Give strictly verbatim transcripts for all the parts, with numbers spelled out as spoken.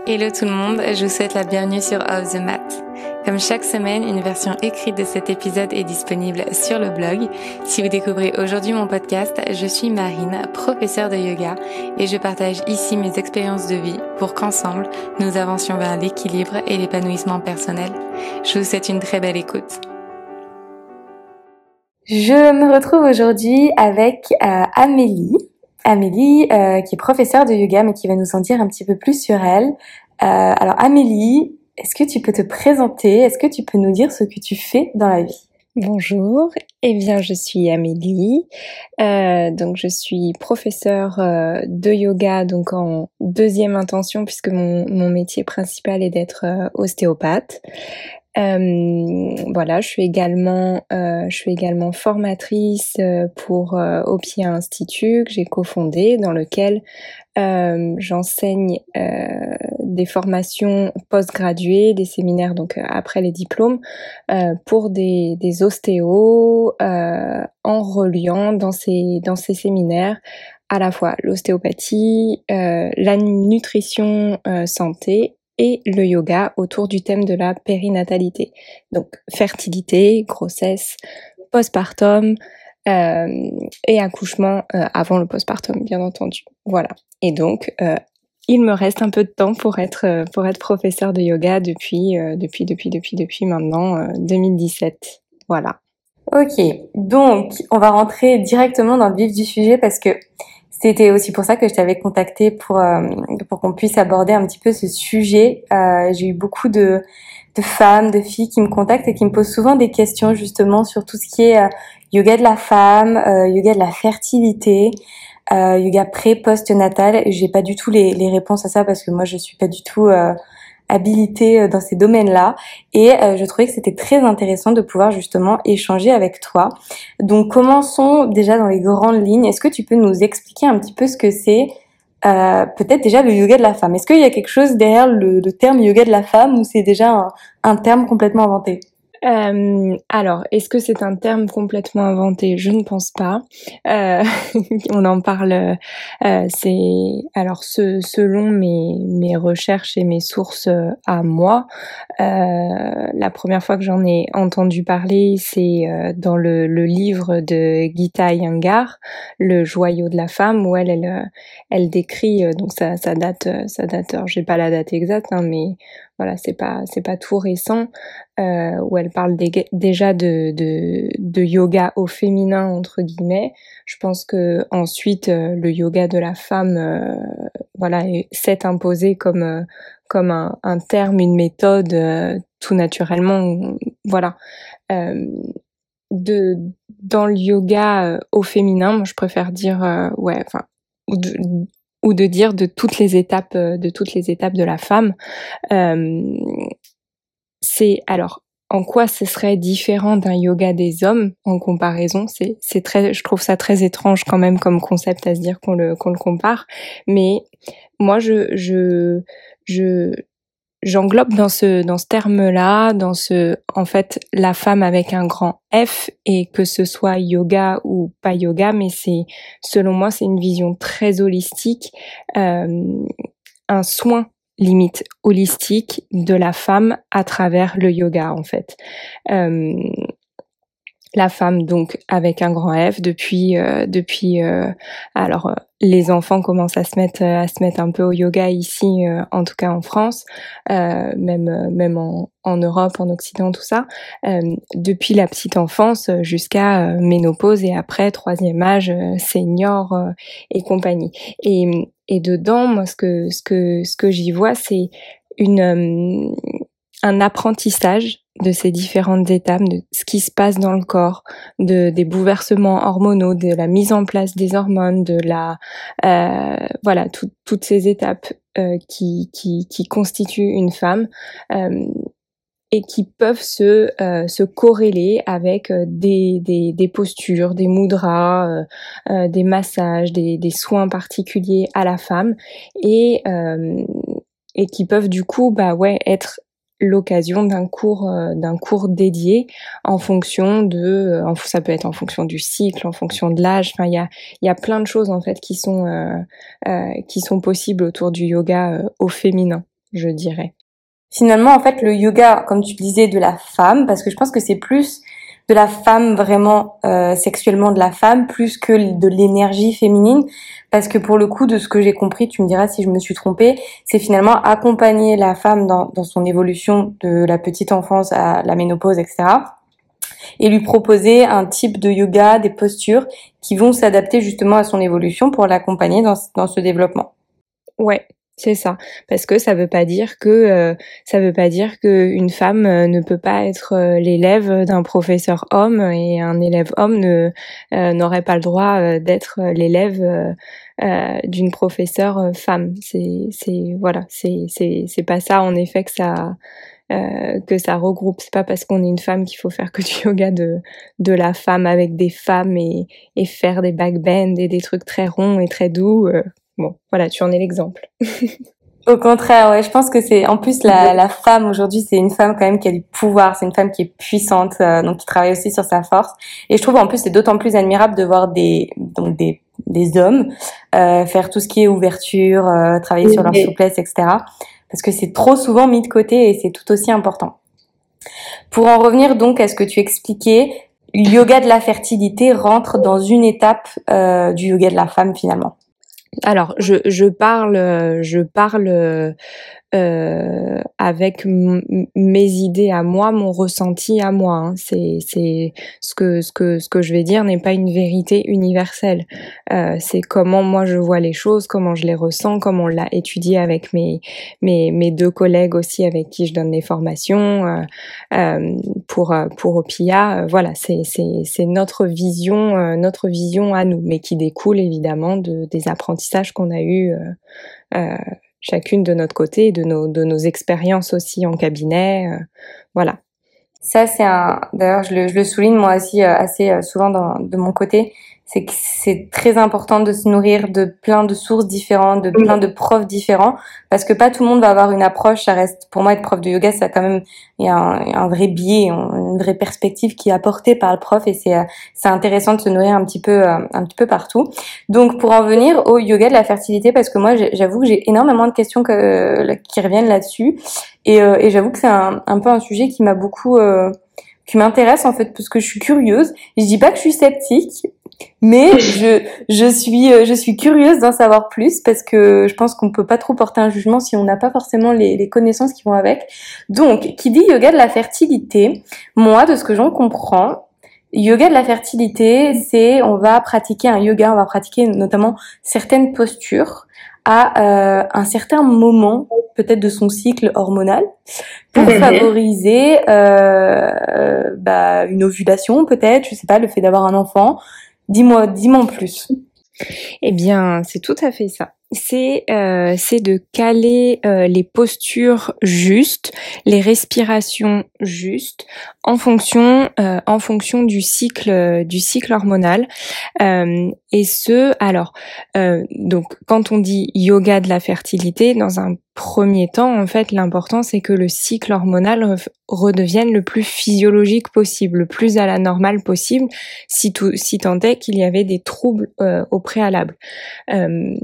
Hello tout le monde, je vous souhaite la bienvenue sur Off the Mat. Comme chaque semaine, une version écrite de cet épisode est disponible sur le blog. Si vous découvrez aujourd'hui mon podcast, je suis Marine, professeure de yoga, et je partage ici mes expériences de vie pour qu'ensemble, nous avancions vers l'équilibre et l'épanouissement personnel. Je vous souhaite une très belle écoute. Je me retrouve aujourd'hui avec euh, Amélie. Amélie, euh, qui est professeure de yoga, mais qui va nous en dire un petit peu plus sur elle. Euh, alors Amélie, est-ce que tu peux te présenter? Est-ce que tu peux nous dire ce que tu fais dans la vie? Bonjour, eh bien je suis Amélie, euh, donc je suis professeure euh, de yoga donc en deuxième intention puisque mon, mon métier principal est d'être euh, ostéopathe. Euh, voilà, je suis également, euh, je suis également formatrice pour euh, Opia Institut que j'ai cofondé, dans lequel euh, j'enseigne euh, des formations post-graduées, des séminaires donc après les diplômes euh, pour des, des ostéos euh, en reliant dans ces dans ces séminaires à la fois l'ostéopathie, euh, la nutrition euh, santé et le yoga autour du thème de la périnatalité. Donc fertilité, grossesse, postpartum euh, et accouchement euh, avant le postpartum, bien entendu. Voilà. Et donc euh, il me reste un peu de temps pour être pour être professeur de yoga depuis euh, depuis depuis depuis depuis maintenant euh, deux mille dix-sept. Voilà. Ok, donc on va rentrer directement dans le vif du sujet parce que c'était aussi pour ça que je t'avais contacté pour euh, pour qu'on puisse aborder un petit peu ce sujet. Euh, j'ai eu beaucoup de de femmes, de filles qui me contactent et qui me posent souvent des questions justement sur tout ce qui est euh, yoga de la femme, euh, yoga de la fertilité, euh, yoga pré post-natal. Et j'ai pas du tout les les réponses à ça parce que moi je suis pas du tout euh, habilitée dans ces domaines-là, et euh, je trouvais que c'était très intéressant de pouvoir justement échanger avec toi. Donc commençons déjà dans les grandes lignes. Est-ce que tu peux nous expliquer un petit peu ce que c'est euh, peut-être déjà le yoga de la femme? Est-ce qu'il y a quelque chose derrière le, le terme yoga de la femme ou c'est déjà un, un terme complètement inventé? Euh, alors, est-ce que c'est un terme complètement inventé? Je ne pense pas. Euh, on en parle. Euh, c'est alors ce, selon mes mes recherches et mes sources à moi. Euh, la première fois que j'en ai entendu parler, c'est euh, dans le, le livre de Gita Iyengar, Le joyau de la femme, où elle elle elle décrit. Donc ça ça date ça date. Alors j'ai pas la date exacte, hein, mais voilà, c'est pas c'est pas tout récent. Euh, où elle parle dé- déjà de, de, de yoga au féminin entre guillemets. Je pense que ensuite euh, le yoga de la femme, euh, voilà, s'est imposé comme euh, comme un, un terme, une méthode, euh, tout naturellement. Voilà. Euh, de dans le yoga euh, au féminin, moi je préfère dire euh, ouais, enfin ou de, ou de dire de toutes les étapes euh, de toutes les étapes de la femme. Euh, c'est alors en quoi ce serait différent d'un yoga des hommes en comparaison? C'est c'est très, je trouve ça très étrange quand même comme concept à se dire qu'on le qu'on le compare. Mais moi je je je j'englobe dans ce dans ce terme-là, dans ce en fait la femme avec un grand F, et que ce soit yoga ou pas yoga, mais c'est selon moi c'est une vision très holistique, euh, un soin limite holistique de la femme à travers le yoga en fait. Euh, la femme donc avec un grand F depuis euh, depuis euh, alors euh, les enfants commencent à se mettre à se mettre un peu au yoga ici, euh, en tout cas en France, euh, même euh, même en, en Europe, en Occident, tout ça, euh, depuis la petite enfance jusqu'à euh, ménopause et après troisième âge, euh, senior euh, et compagnie. Et et dedans, moi ce que ce que ce que j'y vois, c'est une euh, un apprentissage de ces différentes étapes, de ce qui se passe dans le corps, de des bouleversements hormonaux, de la mise en place des hormones, de la euh, voilà tout, toutes ces étapes euh, qui qui qui constituent une femme, euh, et qui peuvent se euh, se corréler avec euh, des des des postures, des mudras, euh, euh, des massages, des des soins particuliers à la femme, et euh, et qui peuvent du coup bah ouais être l'occasion d'un cours euh, d'un cours dédié en fonction de euh, en, ça peut être en fonction du cycle, en fonction de l'âge. Enfin il y a il y a plein de choses en fait qui sont euh, euh, qui sont possibles autour du yoga euh, au féminin. je dirais. Finalement, en fait, le yoga, comme tu disais, de la femme, parce que je pense que c'est plus de la femme vraiment euh, sexuellement de la femme, plus que de l'énergie féminine, parce que pour le coup, de ce que j'ai compris, tu me diras si je me suis trompée, c'est finalement accompagner la femme dans, dans son évolution de la petite enfance à la ménopause, et cetera, et lui proposer un type de yoga, des postures qui vont s'adapter justement à son évolution pour l'accompagner dans, dans ce développement. Ouais, c'est ça. Parce que ça veut pas dire que euh, ça veut pas dire que une femme euh, ne peut pas être euh, l'élève d'un professeur homme et un élève homme ne euh, n'aurait pas le droit euh, d'être l'élève euh, euh, d'une professeure euh, femme. C'est c'est voilà, c'est c'est c'est pas ça en effet que ça euh, que ça regroupe. C'est pas parce qu'on est une femme qu'il faut faire que du yoga de de la femme avec des femmes et et faire des backbends et des trucs très ronds et très doux. Euh, bon, voilà, tu en es l'exemple. Au contraire, ouais, je pense que c'est en plus la, la femme aujourd'hui, c'est une femme quand même qui a du pouvoir, c'est une femme qui est puissante, euh, donc qui travaille aussi sur sa force. Et je trouve en plus c'est d'autant plus admirable de voir des donc des des hommes euh, faire tout ce qui est ouverture, euh, travailler sur leur souplesse, et cetera. Parce que c'est trop souvent mis de côté et c'est tout aussi important. Pour en revenir donc à ce que tu expliquais, le yoga de la fertilité rentre dans une étape euh, du yoga de la femme finalement. Alors, je, je parle, je parle euh, avec m- mes idées à moi, mon ressenti à moi. Hein. C'est, c'est ce que ce que ce que je vais dire n'est pas une vérité universelle. Euh, c'est comment moi je vois les choses, comment je les ressens, comment on l'a étudié avec mes mes mes deux collègues aussi avec qui je donne des formations euh, euh, pour pour Opia. Voilà, c'est c'est c'est notre vision euh, notre vision à nous, mais qui découle évidemment de des apprentissages qu'on a eu. Euh, euh, chacune de notre côté, de nos, de nos expériences aussi en cabinet. Euh, voilà. Ça, c'est un, d'ailleurs, je le, je le souligne moi aussi euh, assez euh, souvent dans, de mon côté, c'est que c'est très important de se nourrir de plein de sources différentes, de plein de profs différents, parce que pas tout le monde va avoir une approche. Ça reste, pour moi, être prof de yoga, ça a quand même, il y a un, un vrai biais, une vraie perspective qui est apportée par le prof, et c'est, euh, c'est intéressant de se nourrir un petit peu, euh, un petit peu partout. Donc, pour en venir au yoga de la fertilité, parce que moi, j'avoue que j'ai énormément de questions que, qui reviennent là-dessus. Et, euh, et j'avoue que c'est un, un peu un sujet qui m'a beaucoup, euh, qui m'intéresse en fait parce que je suis curieuse. Je dis pas que je suis sceptique, mais je je suis euh, je suis curieuse d'en savoir plus parce que je pense qu'on peut pas trop porter un jugement si on n'a pas forcément les, les connaissances qui vont avec. Donc, qui dit yoga de la fertilité, moi de ce que j'en comprends, yoga de la fertilité, c'est on va pratiquer un yoga, on va pratiquer notamment certaines postures à euh, un certain moment peut-être de son cycle hormonal pour favoriser euh, euh, bah, une ovulation peut-être, je sais pas, le fait d'avoir un enfant. Dis-moi, dis-moi en plus. Eh bien, c'est tout à fait ça. C'est euh, c'est de caler euh, les postures justes, les respirations justes en fonction euh, en fonction du cycle du cycle hormonal euh, et ce alors euh, donc quand on dit yoga de la fertilité dans un premier temps en fait l'important c'est que le cycle hormonal re- redevienne le plus physiologique possible, le plus à la normale possible si tout si tant est qu'il y avait des troubles euh, au préalable. Euh,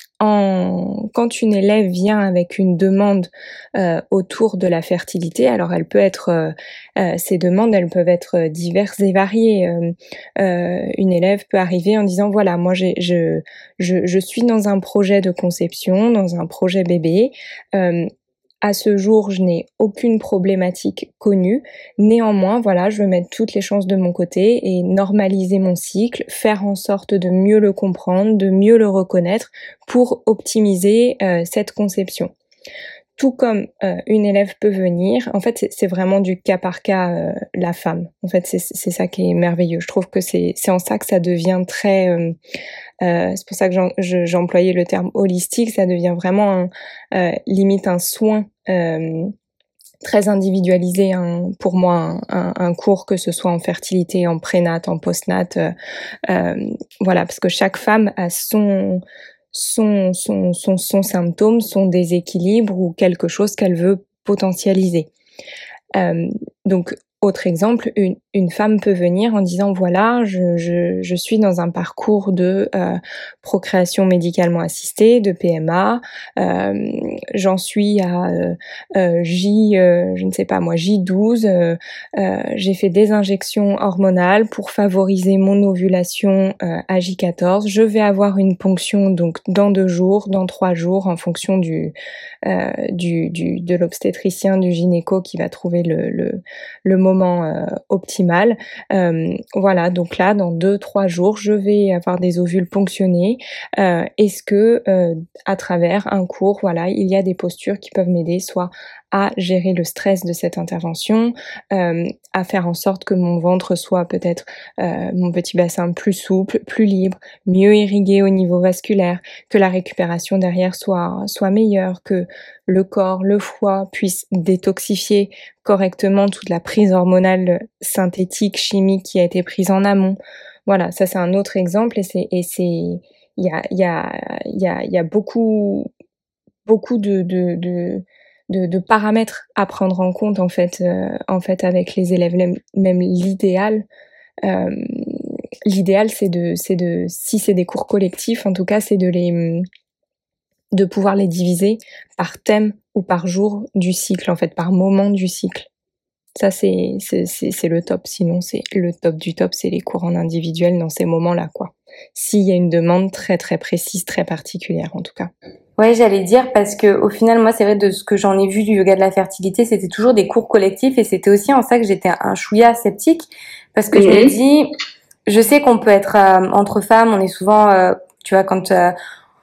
En, quand une élève vient avec une demande euh, autour de la fertilité, alors elle peut être, euh, euh, ces demandes, elles peuvent être diverses et variées. Euh, euh, une élève peut arriver en disant voilà, moi j'ai, je, je, je suis dans un projet de conception, dans un projet bébé. Euh, à ce jour, je n'ai aucune problématique connue. Néanmoins, voilà, je veux mettre toutes les chances de mon côté et normaliser mon cycle, faire en sorte de mieux le comprendre, de mieux le reconnaître pour optimiser euh, cette conception. Tout comme euh, une élève peut venir, en fait, c'est, c'est vraiment du cas par cas euh, la femme. En fait, c'est, c'est ça qui est merveilleux. Je trouve que c'est, c'est en ça que ça devient très euh, euh, c'est pour ça que j'en, je, j'ai employé le terme holistique. Ça devient vraiment un, euh, limite un soin euh, très individualisé. Hein, pour moi, un, un, un cours que ce soit en fertilité, en prénat, en postnat, euh, euh, voilà, parce que chaque femme a son son son son, son symptôme, son déséquilibre ou quelque chose qu'elle veut potentialiser. Euh, donc autre exemple, une, une femme peut venir en disant voilà, je, je, je suis dans un parcours de euh, procréation médicalement assistée, de P M A, euh, j'en suis à euh, euh, J, euh, je ne sais pas moi, J douze, euh, euh, j'ai fait des injections hormonales pour favoriser mon ovulation euh, à J quatorze, je vais avoir une ponction donc dans deux jours, dans trois jours, en fonction du, euh, du, du de l'obstétricien, du gynéco qui va trouver le, le, le moment moment euh, optimal. Euh, voilà, donc là, dans deux, trois jours, je vais avoir des ovules ponctionnés. Euh, est-ce que, euh, à travers un cours, voilà, il y a des postures qui peuvent m'aider, soit à gérer le stress de cette intervention, euh, à faire en sorte que mon ventre soit peut-être euh, mon petit bassin plus souple, plus libre, mieux irrigué au niveau vasculaire, que la récupération derrière soit soit meilleure, que le corps, le foie puisse détoxifier correctement toute la prise hormonale synthétique, chimique qui a été prise en amont. Voilà, ça c'est un autre exemple et c'est et c'est il y a il y a il y a il y a beaucoup beaucoup de de de de, de paramètres à prendre en compte en fait euh, en fait avec les élèves. Même l'idéal euh, l'idéal c'est de c'est de si c'est des cours collectifs en tout cas c'est de les de pouvoir les diviser par thème ou par jour du cycle en fait, par moment du cycle. Ça c'est c'est c'est, c'est le top. Sinon c'est le top du top, c'est les cours en individuel dans ces moments-là quoi. S'il y a une demande très très précise, très particulière en tout cas. Ouais, j'allais dire parce que au final, moi, c'est vrai de ce que j'en ai vu du yoga de la fertilité, c'était toujours des cours collectifs et c'était aussi en ça que j'étais un chouïa sceptique parce que mmh. je me dis, je sais qu'on peut être euh, entre femmes, on est souvent, euh, tu vois, quand euh,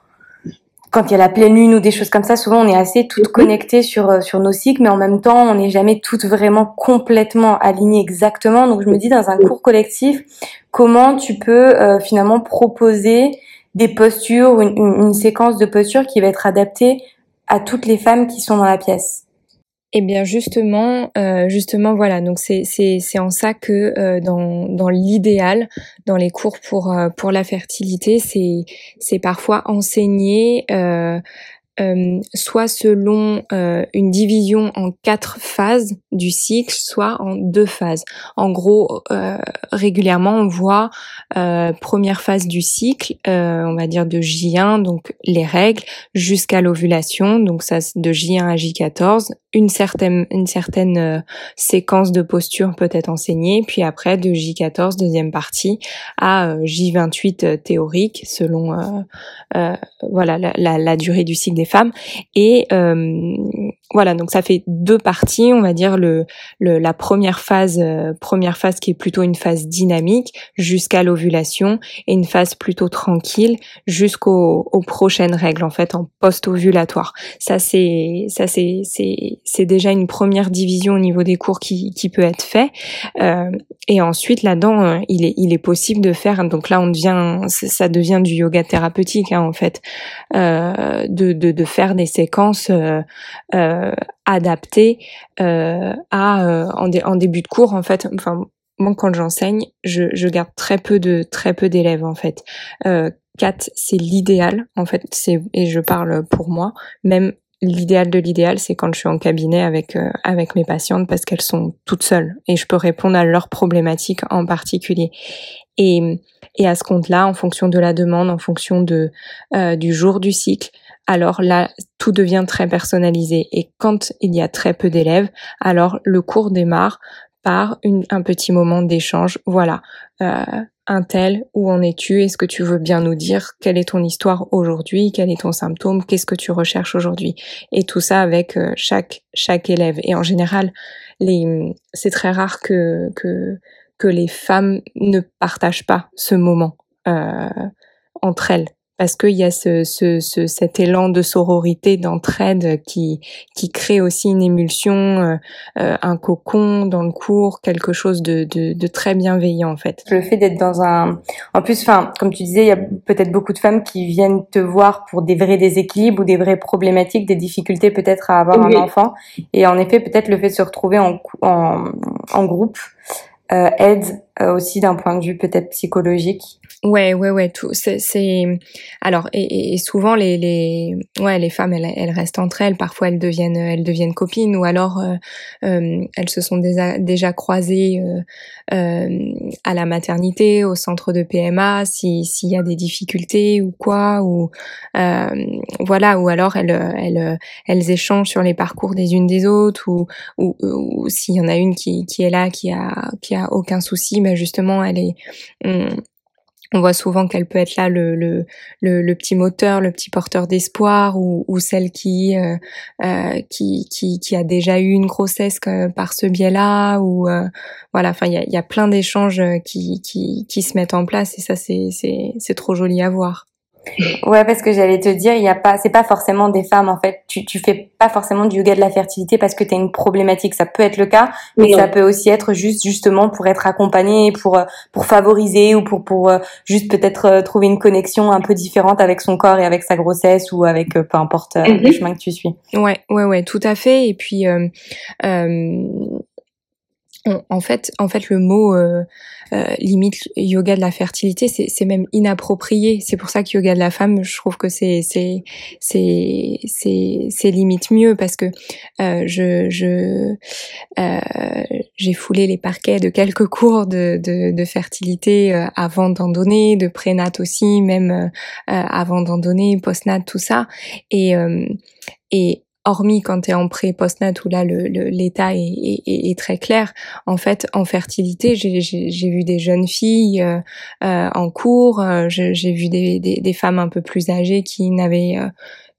quand il y a la pleine lune ou des choses comme ça, souvent on est assez toutes connectées sur sur nos cycles, mais en même temps, on n'est jamais toutes vraiment complètement alignées exactement. Donc je me dis, dans un cours collectif, comment tu peux euh, finalement proposer des postures, une, une, une séquence de postures qui va être adaptée à toutes les femmes qui sont dans la pièce. Eh bien justement, euh, justement voilà, donc c'est c'est c'est en ça que euh, dans dans l'idéal, dans les cours pour euh, pour la fertilité, c'est c'est parfois enseigné euh, euh, soit selon euh, une division en quatre phases du cycle, soit en deux phases. En gros, euh, régulièrement, on voit euh, première phase du cycle, euh, on va dire de J un, donc les règles, jusqu'à l'ovulation, donc ça de J un à J quatorze, une certaine une certaine euh, séquence de postures peut être enseignée, puis après de J quatorze, deuxième partie, à euh, J vingt-huit euh, théorique, selon euh, euh, voilà la, la, la durée du cycle des femmes. Et euh, voilà, donc ça fait deux parties, on va dire le, le la première phase euh, première phase qui est plutôt une phase dynamique jusqu'à l'ovulation et une phase plutôt tranquille jusqu'aux aux prochaines règles en fait en post-ovulatoire. Ça c'est ça c'est c'est c'est déjà une première division au niveau des cours qui qui peut être fait. Euh, et ensuite là-dedans euh, il est il est possible de faire, donc là on devient ça devient du yoga thérapeutique hein, en fait, euh, de de de faire des séquences euh, euh, adaptées euh, à euh, en, dé, en début de cours en fait. Enfin moi quand j'enseigne, je je garde très peu de très peu d'élèves en fait. Euh, quatre c'est l'idéal en fait, c'est et je parle pour moi, même l'idéal de l'idéal, c'est quand je suis en cabinet avec euh, avec mes patientes parce qu'elles sont toutes seules et je peux répondre à leurs problématiques en particulier. Et et à ce compte-là, en fonction de la demande, en fonction de euh, du jour du cycle, alors là tout devient très personnalisé. Et quand il y a très peu d'élèves, alors le cours démarre par une, un petit moment d'échange. Voilà. Euh, un tel, où en es-tu? Est-ce que tu veux bien nous dire quelle est ton histoire aujourd'hui? Quel est ton symptôme? Qu'est-ce que tu recherches aujourd'hui? Et tout ça avec euh, chaque chaque élève. Et en général, les c'est très rare que que que les femmes ne partagent pas ce moment euh, entre elles. Parce qu'il y a ce, ce, ce, cet élan de sororité, d'entraide qui, qui crée aussi une émulsion, euh, euh, un cocon dans le cours, quelque chose de, de, de très bienveillant en fait. Le fait d'être dans un... En plus, enfin, comme tu disais, il y a peut-être beaucoup de femmes qui viennent te voir pour des vrais déséquilibres ou des vraies problématiques, des difficultés peut-être à avoir oui. un enfant. Et en effet, peut-être le fait de se retrouver en, en, en groupe euh, aide euh, aussi d'un point de vue peut-être psychologique. Ouais, ouais, ouais, tout. C'est, c'est... alors et, et souvent les les ouais les femmes elles elles restent entre elles. Parfois elles deviennent elles deviennent copines ou alors euh, euh, elles se sont déjà déjà croisées euh, euh, à la maternité, au centre de P M A, si s'il y a des difficultés ou quoi ou euh, voilà ou alors elles elles elles échangent sur les parcours des unes des autres ou ou, ou s'il y en a une qui qui est là qui a qui a aucun souci, ben justement elle est on, on voit souvent qu'elle peut être là le, le, le, le petit moteur, le petit porteur d'espoir ou, ou celle qui, euh, euh, qui, qui, qui a déjà eu une grossesse par ce biais-là. Ou euh, voilà, enfin il y a, y a plein d'échanges qui, qui, qui se mettent en place et ça c'est, c'est, c'est trop joli à voir. Ouais, parce que j'allais te dire, il y a pas, c'est pas forcément des femmes en fait. Tu tu fais pas forcément du yoga de la fertilité parce que t'as une problématique. Ça peut être le cas, mais non. Ça peut aussi être juste justement pour être accompagné, pour pour favoriser ou pour pour juste peut-être trouver une connexion un peu différente avec son corps et avec sa grossesse ou avec peu importe mm-hmm. le chemin que tu suis. Ouais, ouais, ouais, tout à fait. Et puis euh, euh, en fait, en fait, le mot euh, euh, limite yoga de la fertilité, c'est, c'est même inapproprié. C'est pour ça que yoga de la femme, je trouve que c'est c'est c'est c'est, c'est limite mieux parce que euh, je je euh, j'ai foulé les parquets de quelques cours de de, de fertilité euh, avant d'en donner, de prénat aussi, même euh, avant d'en donner, postnat, tout ça, et euh, et hormis quand tu es en pré post-nat où là le, le l'état est, est, est très clair, en fait en fertilité j'ai j'ai, j'ai vu des jeunes filles euh, euh, en cours, euh, je, j'ai vu des, des des femmes un peu plus âgées qui n'avaient euh,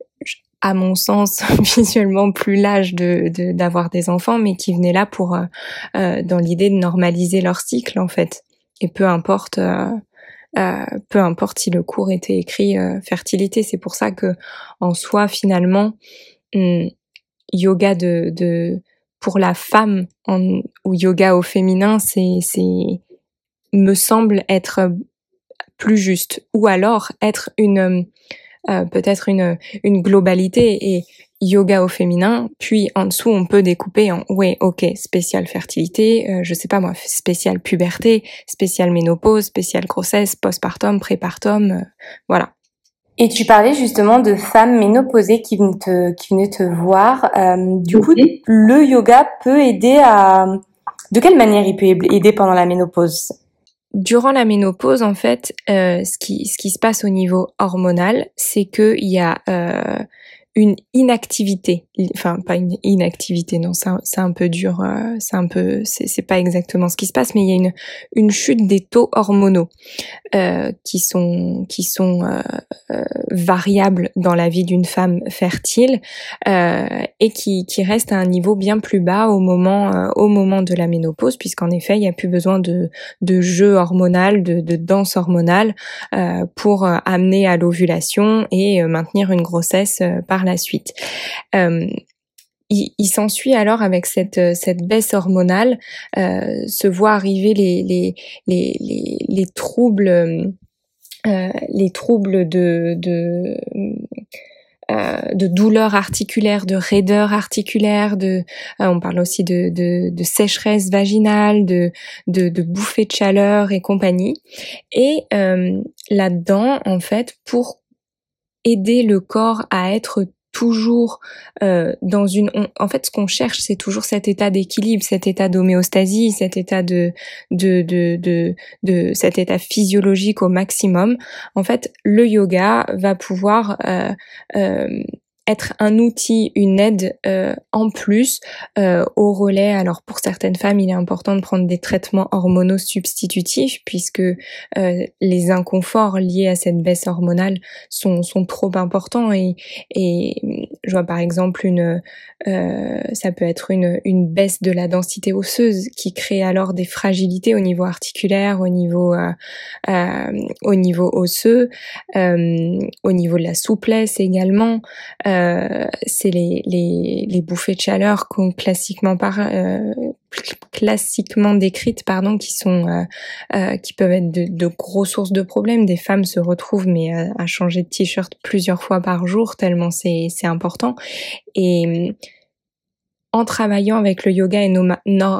à mon sens visuellement plus l'âge de, de d'avoir des enfants, mais qui venaient là pour euh, euh, dans l'idée de normaliser leur cycle en fait, et peu importe euh, Euh, peu importe si le cours était écrit euh, fertilité. C'est pour ça que en soi finalement hum, yoga de de pour la femme en, ou yoga au féminin, c'est c'est me semble être plus juste, ou alors être une euh, peut-être une une globalité et yoga au féminin, puis en dessous on peut découper en ouais ok spécial fertilité, euh, je sais pas moi spécial puberté, spécial ménopause, spécial grossesse, postpartum, prépartum, euh, voilà. Et tu parlais justement de femmes ménopausées qui venaient te qui venaient te voir. Euh, du coup, le yoga peut aider à de quelle manière il peut aider pendant la ménopause? Durant la ménopause, en fait, euh, ce qui ce qui se passe au niveau hormonal, c'est que il y a euh, une inactivité, enfin pas une inactivité, non, c'est un, c'est un peu dur, euh, c'est un peu, c'est, c'est pas exactement ce qui se passe, mais il y a une une chute des taux hormonaux euh, qui sont qui sont euh, euh, variables dans la vie d'une femme fertile euh, et qui qui restent à un niveau bien plus bas au moment euh, au moment de la ménopause, puisqu'en effet il y a plus besoin de de jeu hormonal, de, de danse hormonale euh, pour euh, amener à l'ovulation et euh, maintenir une grossesse euh, par la suite. Euh, il, il s'ensuit alors avec cette cette baisse hormonale euh, se voit arriver les les les les, les troubles euh, les troubles de de Euh, de douleurs articulaires, de raideurs articulaires, de, euh, on parle aussi de, de, de sécheresse vaginale, de, de, de bouffées de chaleur et compagnie. Et euh, là-dedans, en fait, pour aider le corps à être toujours euh, dans une on, en fait ce qu'on cherche c'est toujours cet état d'équilibre, cet état d'homéostasie, cet état de de de de, de cet état physiologique au maximum. En fait le yoga va pouvoir euh, euh, être un outil, une aide euh, en plus euh, au relais. Alors pour certaines femmes, il est important de prendre des traitements hormonaux substitutifs puisque euh, les inconforts liés à cette baisse hormonale sont, sont trop importants et, et je vois par exemple une euh, ça peut être une, une baisse de la densité osseuse qui crée alors des fragilités au niveau articulaire, au niveau euh, euh, au niveau osseux, euh, au niveau de la souplesse également. Euh, c'est les, les, les bouffées de chaleur qu'on classiquement par, euh, classiquement décrites pardon qui sont euh, euh, qui peuvent être de, de grosses sources de problèmes. Des femmes se retrouvent mais à, à changer de t-shirt plusieurs fois par jour tellement c'est c'est important. Et en travaillant avec le yoga et nos, nos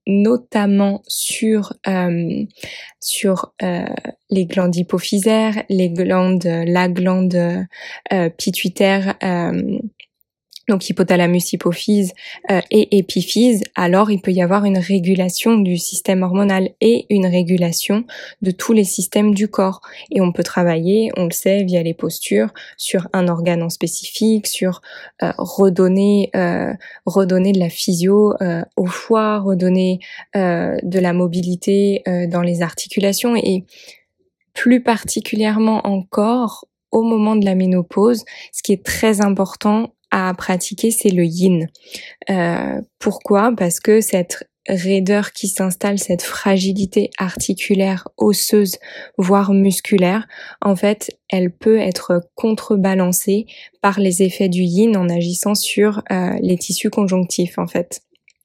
notamment sur euh, sur euh, les glandes hypophysaires, les glandes, la glande euh, pituitaire. Euh, donc hypothalamus, hypophyse euh, et épiphyse, alors il peut y avoir une régulation du système hormonal et une régulation de tous les systèmes du corps. Et on peut travailler, on le sait, via les postures, sur un organe en spécifique, sur euh, redonner euh, redonner de la physio euh, au foie, redonner euh, de la mobilité euh, dans les articulations et plus particulièrement encore au moment de la ménopause, ce qui est très important à pratiquer, c'est le yin. Euh, pourquoi ? Parce que cette raideur qui s'installe, cette fragilité articulaire, osseuse, voire musculaire, en fait, elle peut être contrebalancée par les effets du yin en agissant sur euh, les tissus conjonctifs, en fait.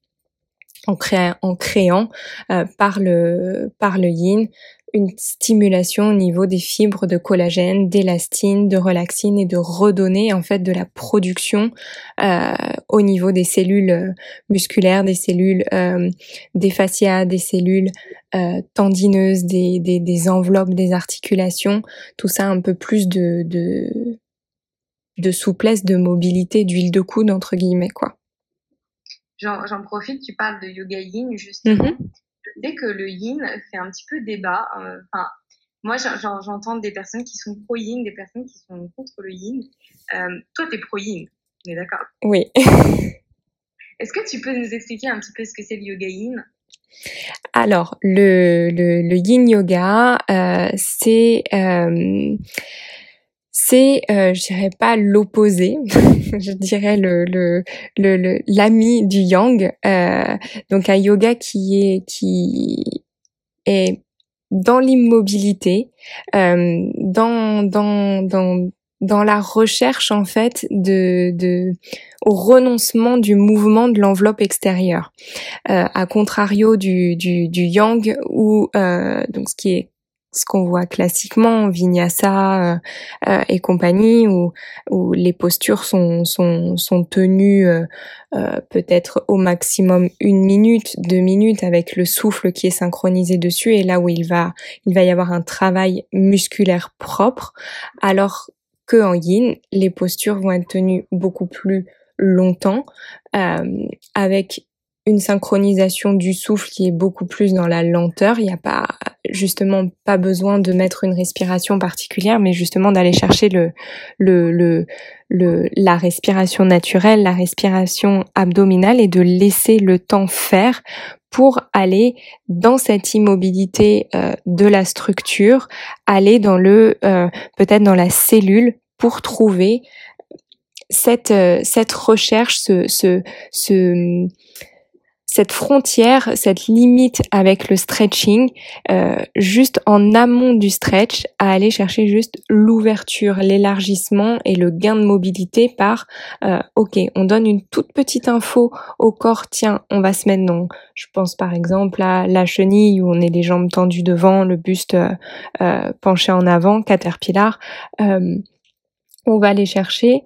En, créa- en créant euh, par le par le yin une stimulation au niveau des fibres de collagène, d'élastine, de relaxine et de redonner en fait de la production euh, au niveau des cellules musculaires, des cellules euh, des fascias, des cellules euh, tendineuses, des, des des enveloppes, des articulations, tout ça un peu plus de de de souplesse, de mobilité, d'huile de coude entre guillemets quoi. J'en, j'en profite, tu parles de yoga yin justement. Mm-hmm. Je sais que le yin fait un petit peu débat. Enfin, euh, moi j'en, j'entends des personnes qui sont pro yin, des personnes qui sont contre le yin. Euh, toi, t'es pro yin, on est d'accord ? Oui. Est-ce que tu peux nous expliquer un petit peu ce que c'est le yoga yin ? Alors, le, le, le yin yoga, euh, c'est euh, c'est, euh, je dirais pas l'opposé, je dirais le le le le- l'ami du yang. Euh, donc un yoga qui est qui est dans l'immobilité, euh, dans dans dans dans la recherche en fait de de au renoncement du mouvement de l'enveloppe extérieure, euh, à contrario du du du yang où euh, donc ce qui est ce qu'on voit classiquement, vinyasa euh, euh, et compagnie, où, où les postures sont, sont, sont tenues euh, euh, peut-être au maximum une minute, deux minutes, avec le souffle qui est synchronisé dessus, et là où il va, il va y avoir un travail musculaire propre, alors que en yin, les postures vont être tenues beaucoup plus longtemps, euh, avec une synchronisation du souffle qui est beaucoup plus dans la lenteur. Il n'y a pas justement pas besoin de mettre une respiration particulière, mais justement d'aller chercher le, le, le, le, la respiration naturelle, la respiration abdominale et de laisser le temps faire pour aller dans cette immobilité euh, de la structure, aller dans le euh, peut-être dans la cellule pour trouver cette euh, cette recherche, ce ce ce cette frontière, cette limite avec le stretching, euh, juste en amont du stretch, à aller chercher juste l'ouverture, l'élargissement et le gain de mobilité par, euh, ok, on donne une toute petite info au corps, tiens, on va se mettre dans, je pense par exemple à la chenille où on est les jambes tendues devant, le buste euh, euh, penché en avant, caterpillar, euh, on va aller chercher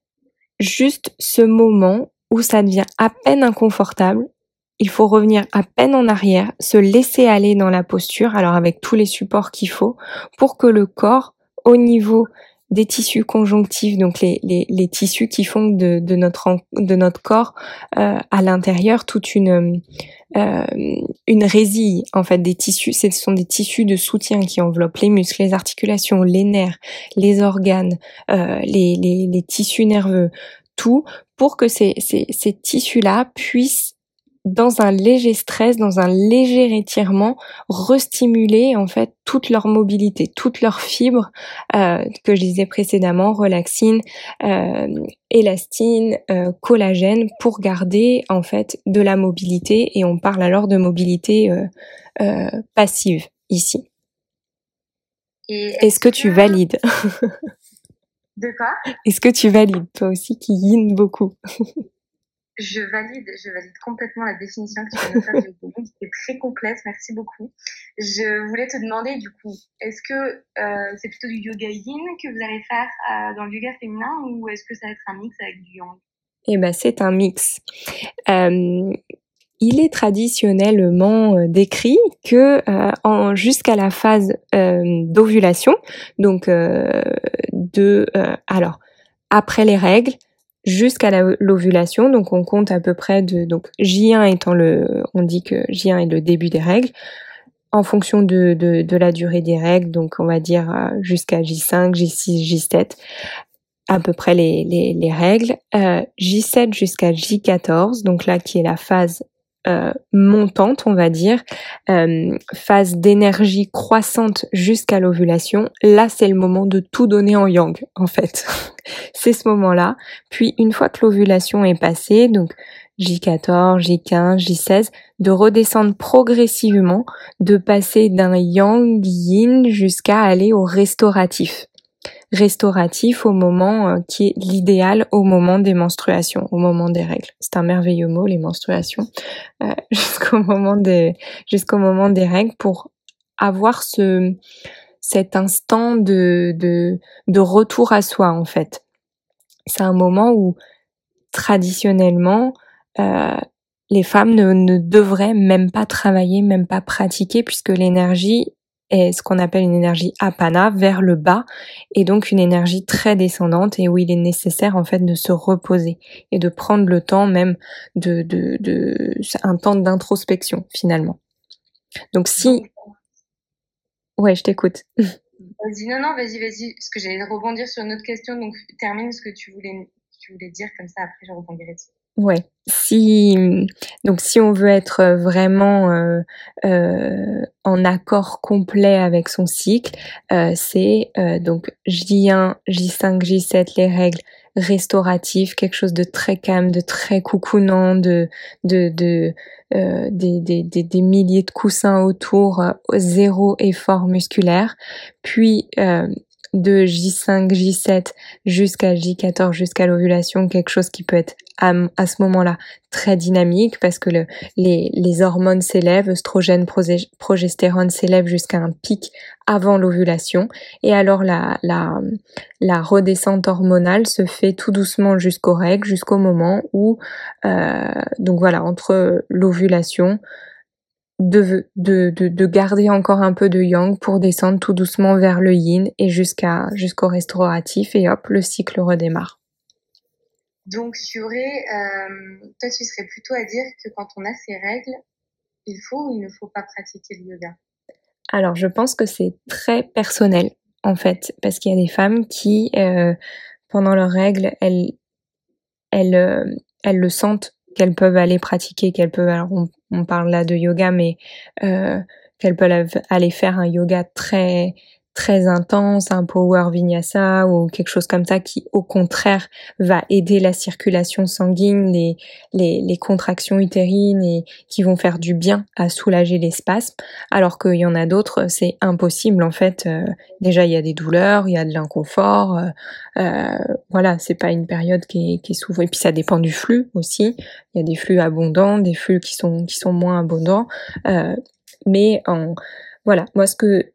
juste ce moment où ça devient à peine inconfortable. Il faut revenir à peine en arrière, se laisser aller dans la posture, alors avec tous les supports qu'il faut, pour que le corps, au niveau des tissus conjonctifs, donc les, les, les tissus qui font de, de, notre, de notre corps euh, à l'intérieur toute une, euh, une résille, en fait, des tissus. Ce sont des tissus de soutien qui enveloppent les muscles, les articulations, les nerfs, les organes, euh, les, les, les tissus nerveux, tout, pour que ces, ces, ces tissus-là puissent dans un léger stress, dans un léger étirement, restimuler en fait toute leur mobilité, toutes leurs fibres euh, que je disais précédemment, relaxine, euh, élastine, euh, collagène, pour garder en fait de la mobilité. Et on parle alors de mobilité euh, euh, passive ici. Et est-ce, est-ce que, que tu valides? De quoi? Est-ce que tu valides toi aussi qui yin beaucoup? Je valide, je valide complètement la définition que tu viens de faire du yoga. C'était très complète, merci beaucoup. Je voulais te demander du coup, est-ce que euh, c'est plutôt du yoga yin que vous allez faire euh, dans le yoga féminin ou est-ce que ça va être un mix avec du yang? Eh ben c'est un mix. Euh, il est traditionnellement euh, décrit que euh, en, jusqu'à la phase euh, d'ovulation, donc euh, de euh, alors après les règles jusqu'à la, l'ovulation, donc on compte à peu près de donc J un étant le, on dit que J un est le début des règles. En fonction de, de, de la durée des règles, donc on va dire euh, jusqu'à J cinq, J six, J sept, à peu près les, les, les règles. Euh, J sept jusqu'à J quatorze, donc là qui est la phase euh, montante, on va dire, euh, phase d'énergie croissante jusqu'à l'ovulation. Là, c'est le moment de tout donner en yang, en fait. C'est ce moment-là. Puis une fois que l'ovulation est passée, donc J quatorze, J quinze, J seize, de redescendre progressivement, de passer d'un yang yin jusqu'à aller au restauratif. Restauratif au moment euh, qui est l'idéal au moment des menstruations, au moment des règles. C'est un merveilleux mot, les menstruations, euh, jusqu'au moment des jusqu'au moment des règles pour avoir ce cet instant de de de retour à soi en fait. C'est un moment où traditionnellement euh, les femmes ne, ne devraient même pas travailler, même pas pratiquer, puisque l'énergie est ce qu'on appelle une énergie apana, vers le bas, et donc une énergie très descendante, et où il est nécessaire en fait de se reposer et de prendre le temps même de, de, de un temps d'introspection finalement. Donc si, ouais, je t'écoute. Vas-y, non, non, vas-y, vas-y, parce que j'allais rebondir sur une autre question, donc termine ce que tu voulais, tu voulais dire, comme ça après je rebondirai dessus. Ouais, si donc si on veut être vraiment euh, euh, en accord complet avec son cycle, euh, c'est euh, donc J un, J cinq, J sept les règles restauratives, quelque chose de très calme, de très coucounant, de de de euh, des, des des des milliers de coussins autour, euh, zéro effort musculaire, puis euh, de J cinq, J sept jusqu'à J quatorze, jusqu'à l'ovulation, quelque chose qui peut être à, à ce moment-là très dynamique parce que le, les, les hormones s'élèvent, œstrogène, progestérone s'élèvent jusqu'à un pic avant l'ovulation et alors la, la, la redescente hormonale se fait tout doucement jusqu'aux règles, jusqu'au moment où, euh, donc voilà, entre l'ovulation, De, de, de, de garder encore un peu de yang pour descendre tout doucement vers le yin et jusqu'à jusqu'au restauratif et hop, le cycle redémarre. Donc, tu aurais, euh, toi, tu serais plutôt à dire que quand on a ces règles, il faut ou il ne faut pas pratiquer le yoga? Alors, je pense que c'est très personnel, en fait, parce qu'il y a des femmes qui, euh, pendant leurs règles, elles, elles, euh, elles le sentent qu'elles peuvent aller pratiquer, qu'elles peuvent, alors on, on parle là de yoga, mais euh, qu'elles peuvent aller faire un yoga très très intense, un power vinyasa ou quelque chose comme ça qui au contraire va aider la circulation sanguine, les, les, les contractions utérines et qui vont faire du bien à soulager les spasmes, alors qu'il y en a d'autres, c'est impossible en fait. Euh, déjà il y a des douleurs, il y a de l'inconfort, euh, euh, voilà, c'est pas une période qui est, qui est souvent, et puis ça dépend du flux aussi, il y a des flux abondants, des flux qui sont, qui sont moins abondants, euh, mais en, voilà, moi ce que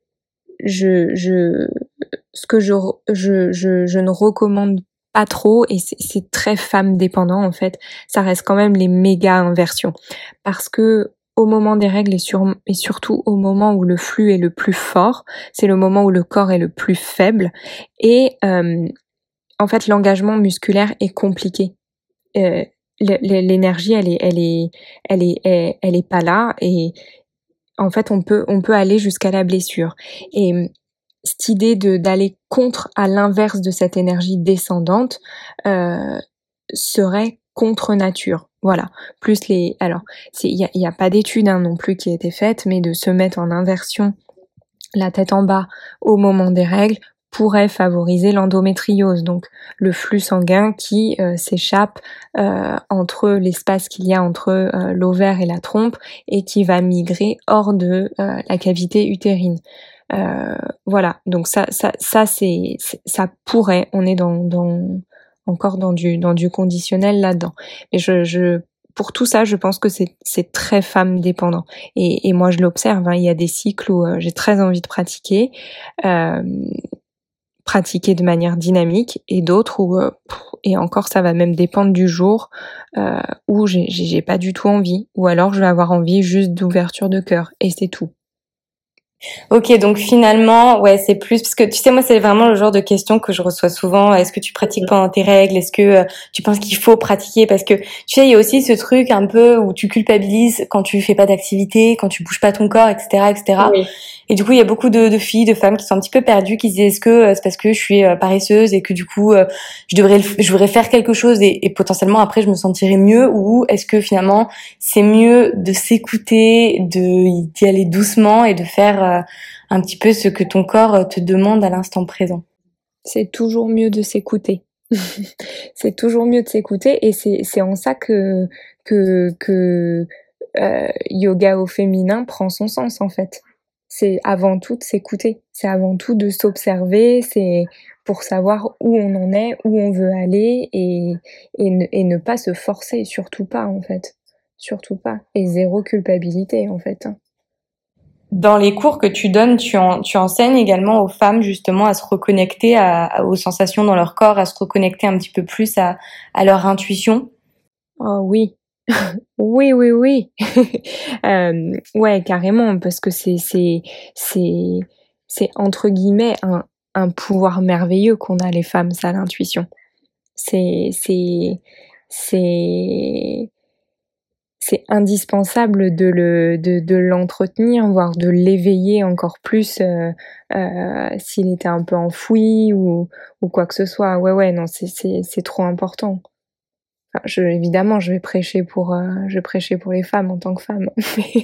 je, je, ce que je, je, je, je ne recommande pas trop, et c'est, c'est très femme dépendant en fait, ça reste quand même les méga inversions. Parce que au moment des règles et, sur, et surtout au moment où le flux est le plus fort, c'est le moment où le corps est le plus faible, et euh, en fait l'engagement musculaire est compliqué. Euh, l'énergie elle est, elle est, elle est, elle, elle est pas là, et en fait, on peut, on peut aller jusqu'à la blessure. Et cette idée de d'aller contre, à l'inverse de cette énergie descendante, euh, serait contre nature. Voilà. Plus les, alors, il y a, y a pas d'étude hein, non plus qui a été faite, mais de se mettre en inversion, la tête en bas au moment des règles, pourrait favoriser l'endométriose, donc le flux sanguin qui euh, s'échappe euh, entre l'espace qu'il y a entre euh, l'ovaire et la trompe et qui va migrer hors de euh, la cavité utérine. Euh, voilà, donc ça, ça, ça c'est, ça pourrait. On est dans, dans encore dans du dans du conditionnel là-dedans. Mais je, je pour tout ça, je pense que c'est c'est très femme dépendant. Et, et moi, je l'observe. Hein, il y a des cycles où euh, j'ai très envie de pratiquer. Euh, pratiquer de manière dynamique et d'autres où euh, pff, et encore ça va même dépendre du jour euh, où j'ai, j'ai pas du tout envie, ou alors je vais avoir envie juste d'ouverture de cœur et c'est tout. Ok, donc finalement, ouais, c'est plus parce que tu sais, moi, c'est vraiment le genre de question que je reçois souvent. Est-ce que tu pratiques pendant tes règles? Est-ce que euh, tu penses qu'il faut pratiquer? Parce que tu sais, il y a aussi ce truc un peu où tu culpabilises quand tu fais pas d'activité, quand tu bouges pas ton corps, et cetera, et cetera. Oui. Et du coup, il y a beaucoup de, de filles, de femmes qui sont un petit peu perdues, qui se disent est-ce que euh, c'est parce que je suis euh, paresseuse et que du coup, euh, je devrais, le f- je devrais faire quelque chose et, et potentiellement après, je me sentirais mieux, ou est-ce que finalement, c'est mieux de s'écouter, de d'y aller doucement et de faire euh, un petit peu ce que ton corps te demande à l'instant présent. C'est toujours mieux de s'écouter. C'est toujours mieux de s'écouter et c'est c'est en ça que que que euh, yoga au féminin prend son sens en fait. C'est avant tout de s'écouter, c'est avant tout de s'observer, c'est pour savoir où on en est, où on veut aller et et ne, et ne pas se forcer, surtout pas en fait, surtout pas et zéro culpabilité en fait. Dans les cours que tu donnes, tu, en, tu enseignes également aux femmes justement à se reconnecter à, à- aux sensations dans leur corps, à se reconnecter un petit peu plus à, à leur intuition. Oh oui, oui, oui, oui. Euh, ouais, carrément, parce que c'est, c'est, c'est, c'est entre guillemets un, un pouvoir merveilleux qu'on a les femmes, ça, l'intuition. C'est, c'est, c'est, c'est indispensable de le, de, de l'entretenir, voire de l'éveiller encore plus euh, euh, s'il était un peu enfoui ou, ou quoi que ce soit. Ouais, ouais, non, c'est, c'est, c'est trop important. Enfin, je, évidemment, je vais prêcher pour, euh, je vais prêcher pour les femmes en tant que femme.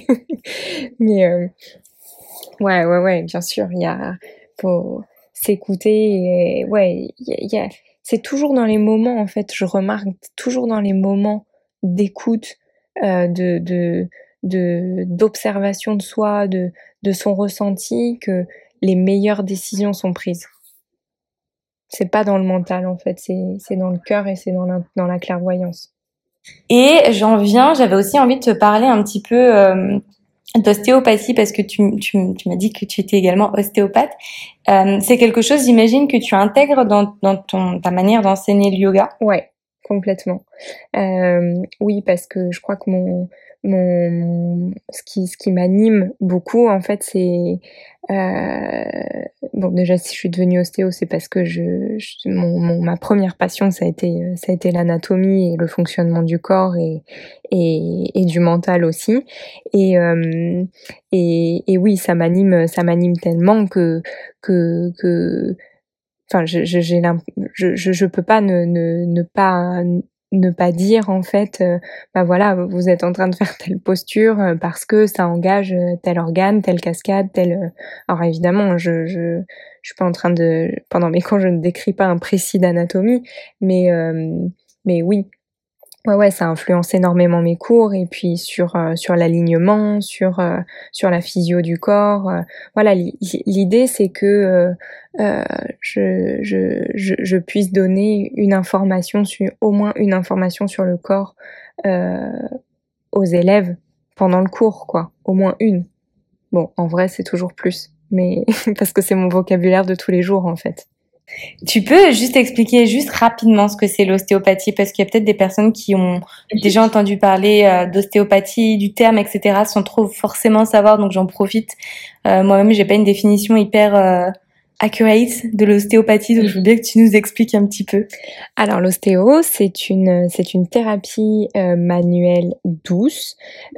Mais euh, ouais, ouais, ouais, bien sûr, il y a, faut s'écouter. Et, ouais, il y a, il y a- c'est toujours dans les moments, en fait, je remarque toujours dans les moments d'écoute, euh, de, de, de, d'observation de soi, de, de son ressenti, que les meilleures décisions sont prises. C'est pas dans le mental, en fait, c'est, c'est dans le cœur et c'est dans la, dans la clairvoyance. Et j'en viens, j'avais aussi envie de te parler un petit peu euh, d'ostéopathie parce que tu, tu, tu m'as dit que tu étais également ostéopathe. Euh, c'est quelque chose, j'imagine, que tu intègres dans, dans ton, ta manière d'enseigner le yoga. Ouais, complètement. Euh, oui, parce que je crois que mon, mon, ce qui, ce qui m'anime beaucoup, en fait, c'est, euh, bon, déjà, si je suis devenue ostéo, c'est parce que je, je- mon, mon- ma première passion, ça a été, euh, ça a été l'anatomie et le fonctionnement du corps et, et, et du mental aussi. Et, euh, et, et oui, ça m'anime, ça m'anime tellement que, que, que, enfin, je, je, j'ai l'imp- je, je, je peux pas ne, ne, ne pas ne pas dire en fait, euh, bah voilà, vous êtes en train de faire telle posture euh, parce que ça engage euh, tel organe, telle cascade, tel. euh, Alors évidemment, je, je, je suis pas en train de, pendant mes cours, je ne décris pas un précis d'anatomie, mais euh, mais oui, ouais, ouais, ça influence énormément mes cours et puis sur euh, sur l'alignement, sur euh, sur la physio du corps. euh, voilà, l'i- l'idée c'est que euh, euh, je, je je je puisse donner une information sur au moins une information sur le corps euh, aux élèves pendant le cours, quoi. Au moins une. Bon, en vrai, c'est toujours plus, mais parce que c'est mon vocabulaire de tous les jours en fait. Tu peux juste expliquer juste rapidement ce que c'est l'ostéopathie parce qu'il y a peut-être des personnes qui ont déjà entendu parler euh, d'ostéopathie, du terme, et cetera, sans trop forcément savoir, donc j'en profite. Euh, moi-même, j'ai pas une définition hyper euh, accurate de l'ostéopathie, donc je veux bien que tu nous expliques un petit peu. Alors l'ostéo, c'est une c'est une thérapie euh, manuelle douce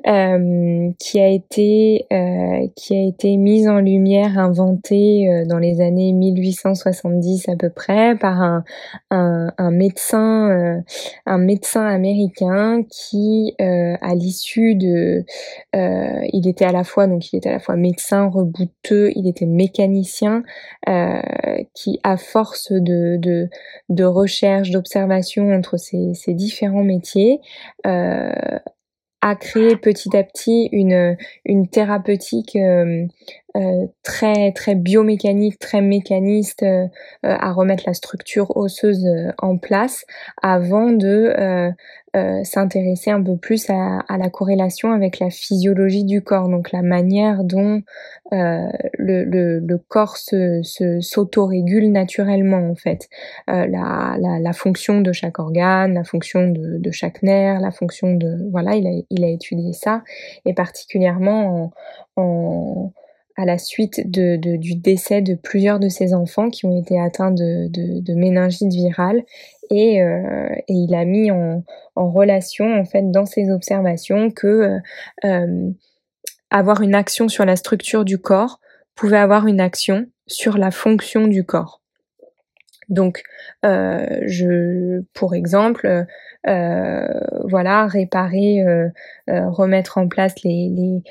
euh, qui a été euh, qui a été mise en lumière, inventée euh, dans les années mille huit cent soixante-dix à peu près par un un, un médecin euh, un médecin américain qui euh, à l'issue de euh, il était à la fois donc il était à la fois médecin rebouteux, il était mécanicien euh, qui à force de de de recherche, d'observation entre ces, ces différents métiers, euh, a créé petit à petit une, une thérapeutique euh, euh, très très biomécanique, très mécaniste euh, euh, à remettre la structure osseuse euh, en place avant de euh, euh, s'intéresser un peu plus à, à la corrélation avec la physiologie du corps, donc la manière dont euh, le, le, le corps se, se s'autorégule naturellement en fait, euh, la, la, la fonction de chaque organe, la fonction de, de chaque nerf, la fonction de voilà, il a, il a étudié ça, et particulièrement en, en à la suite de, de, du décès de plusieurs de ses enfants qui ont été atteints de, de, de méningite virale, et, euh, et il a mis en, en relation en fait dans ses observations que euh, avoir une action sur la structure du corps pouvait avoir une action sur la fonction du corps. Donc, euh, je, pour exemple, euh, voilà, réparer, euh, euh, remettre en place les, les,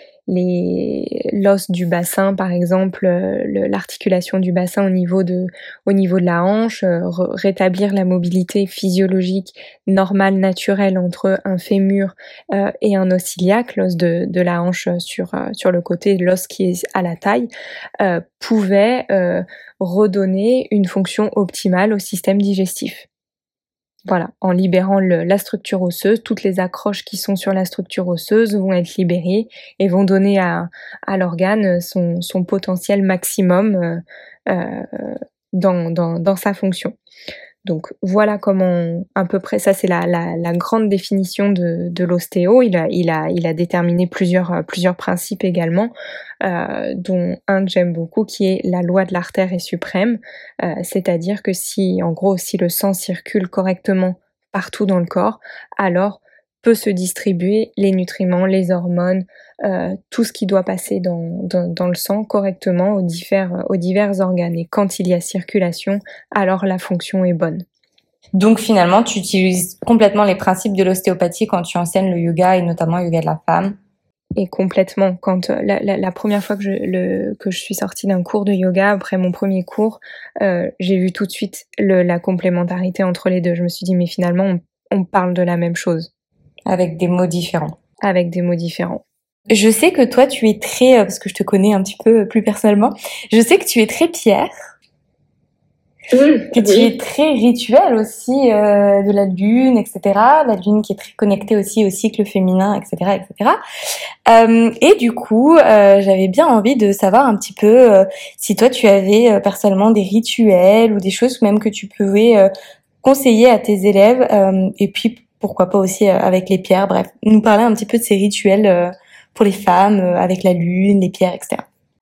les l'os du bassin, par exemple, euh, le, l'articulation du bassin au niveau de, au niveau de la hanche, euh, re- rétablir la mobilité physiologique normale, naturelle entre un fémur euh, et un os iliaque, l'os de, de la hanche sur, euh, sur le côté, l'os qui est à la taille, euh, pouvait euh, redonner une fonction optimale au système digestif. Voilà, en libérant le, la structure osseuse, toutes les accroches qui sont sur la structure osseuse vont être libérées et vont donner à, à l'organe son, son potentiel maximum euh, euh, dans, dans, dans sa fonction. Donc voilà comment, à peu près, ça c'est la, la, la grande définition de, de l'ostéo. Il a, il, a, il a déterminé plusieurs, plusieurs principes également, euh, dont un que j'aime beaucoup qui est la loi de l'artère est suprême, euh, c'est-à-dire que si, en gros, si le sang circule correctement partout dans le corps, alors peut se distribuer les nutriments, les hormones, euh, tout ce qui doit passer dans, dans, dans le sang correctement aux divers, aux divers organes. Et quand il y a circulation, alors la fonction est bonne. Donc finalement, tu utilises complètement les principes de l'ostéopathie quand tu enseignes le yoga et notamment le yoga de la femme. Et complètement. Quand la, la, la première fois que je, le, que je suis sortie d'un cours de yoga, après mon premier cours, euh, j'ai vu tout de suite le, la complémentarité entre les deux. Je me suis dit, mais finalement, on, on parle de la même chose. Avec des mots différents. Avec des mots différents. Je sais que toi, tu es très, parce que je te connais un petit peu plus personnellement, je sais que tu es très pierre. Que tu es très rituel aussi euh, de la lune, et cetera. La lune qui est très connectée aussi au cycle féminin, et cetera, et cetera. Euh, et du coup, euh, j'avais bien envie de savoir un petit peu euh, si toi tu avais euh, personnellement des rituels ou des choses même que tu pouvais euh, conseiller à tes élèves. Euh, et puis pourquoi pas aussi euh, avec les pierres. Bref, nous parler un petit peu de ces rituels euh, pour les femmes euh, avec la lune, les pierres, et cetera.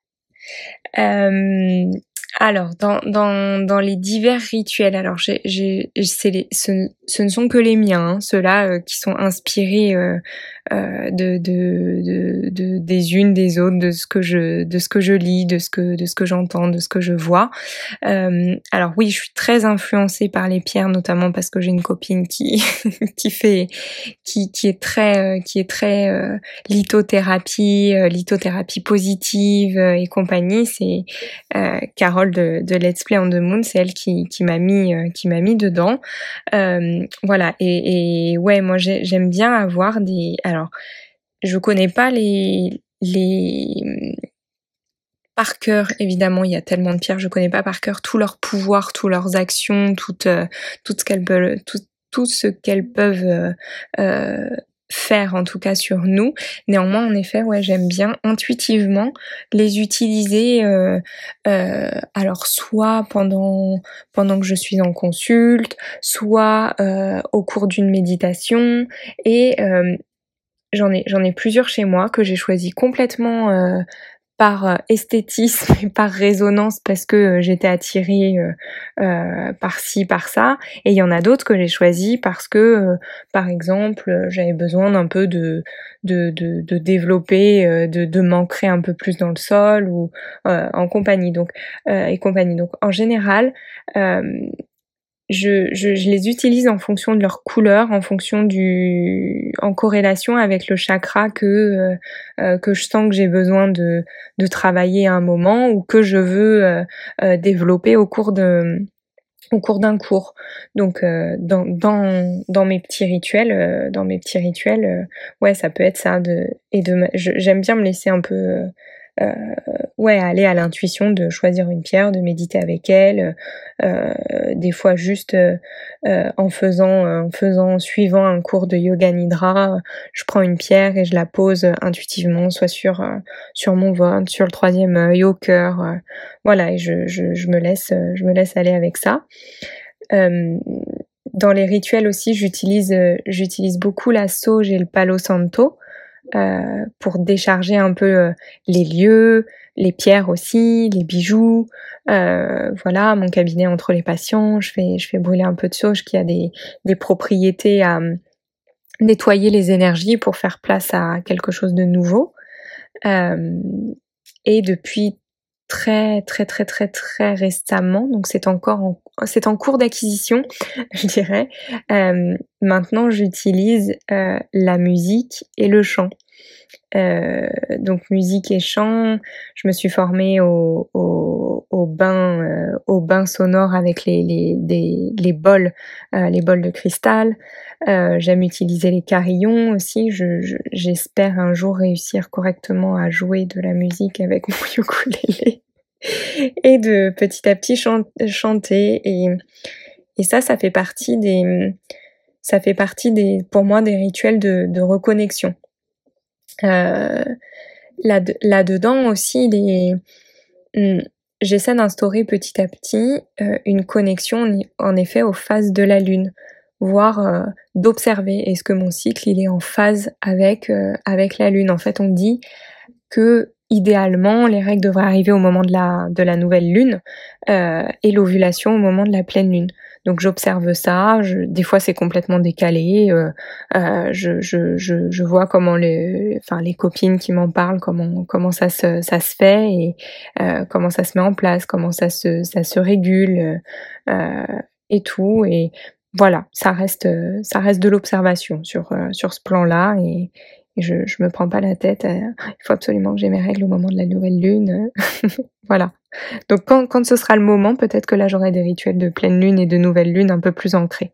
Euh, alors, dans, dans, dans les divers rituels, alors j'ai, j'ai, c'est les, ce, ce ne sont que les miens, hein, ceux-là euh, qui sont inspirés euh, euh, de, de, de, de, des unes, des autres, de ce que je, de ce que je lis, de ce que, de ce que j'entends, de ce que je vois. Euh, alors oui, je suis très influencée par les pierres, notamment parce que j'ai une copine qui, qui fait, qui, qui est très, qui est très euh, lithothérapie, euh, lithothérapie positive euh, et compagnie. C'est euh, Carole de, de Let's Play on the Moon, c'est elle qui, qui m'a mis, euh, qui m'a mis dedans. Euh, voilà. Et, et ouais, moi j'ai, j'aime bien avoir des. Alors, je connais pas les les par cœur, évidemment, il y a tellement de pierres, je connais pas par cœur tous leurs pouvoirs, toutes leurs actions, tout, euh, tout ce qu'elles peuvent, tout, tout ce qu'elles peuvent euh, euh, faire, en tout cas sur nous. Néanmoins, en effet, ouais, j'aime bien intuitivement les utiliser. Euh, euh, alors, soit pendant pendant que je suis en consulte, soit euh, au cours d'une méditation, et euh, j'en ai j'en ai plusieurs chez moi que j'ai choisi complètement. Euh, par esthétisme et par résonance parce que j'étais attirée euh, euh, par ci, par ça. Et il y en a d'autres que j'ai choisis parce que, euh, par exemple, j'avais besoin d'un peu de, de, de, de développer, euh, de, de m'ancrer un peu plus dans le sol ou euh, en compagnie. Donc, euh, et compagnie. Donc, en général, euh, je, je, je les utilise en fonction de leur couleur, en fonction du, en corrélation avec le chakra que euh, euh, que je sens que j'ai besoin de de travailler à un moment ou que je veux euh, euh, développer au cours de au cours d'un cours. Donc euh, dans dans dans mes petits rituels, euh, dans mes petits rituels, euh, ouais, ça peut être ça de et de je, j'aime bien me laisser un peu euh, euh, ouais, aller à l'intuition de choisir une pierre, de méditer avec elle, euh, des fois juste euh, euh, en faisant, en faisant, suivant un cours de yoga nidra, je prends une pierre et je la pose intuitivement, soit sur euh, sur mon ventre, sur le troisième œil, au cœur, euh, voilà, et je, je je me laisse je me laisse aller avec ça. Euh, dans les rituels aussi, j'utilise euh, j'utilise beaucoup la sauge et le palo santo. Euh, pour décharger un peu euh, les lieux, les pierres aussi, les bijoux. Euh, voilà, mon cabinet entre les patients, je fais je fais brûler un peu de sauge qui a des des propriétés à euh, nettoyer les énergies pour faire place à quelque chose de nouveau. Euh, et depuis très très très très très récemment, donc c'est encore en, c'est en cours d'acquisition, je dirais. Euh, maintenant, j'utilise euh, la musique et le chant. Euh, donc musique et chant. Je me suis formée au, au, au bain, euh, au bain sonore avec les les des, les bols, euh, les bols de cristal. Euh, j'aime utiliser les carillons aussi. Je, je, j'espère un jour réussir correctement à jouer de la musique avec mon ukulélé et de petit à petit chan- chanter. Et et ça, ça fait partie des, ça fait partie des, pour moi, des rituels de, de reconnexion. Euh, là, là-dedans aussi, les, hmm, j'essaie d'instaurer petit à petit euh, une connexion en effet aux phases de la lune, voire euh, d'observer est-ce que mon cycle il est en phase avec euh, avec la lune. En fait, on dit que idéalement les règles devraient arriver au moment de la de la nouvelle lune euh, et l'ovulation au moment de la pleine lune. Donc j'observe ça, je, des fois c'est complètement décalé, euh, euh, je, je, je, je vois comment les, enfin les copines qui m'en parlent, comment comment ça se ça se fait et euh, comment ça se met en place, comment ça se ça se régule euh, et tout. Et voilà, ça reste ça reste de l'observation sur euh, sur ce plan-là et, et je je me prends pas la tête. Euh, il faut absolument que j'ai mes règles au moment de la nouvelle lune. Voilà. Donc quand, quand ce sera le moment, peut-être que là j'aurai des rituels de pleine lune et de nouvelle lune un peu plus ancrés.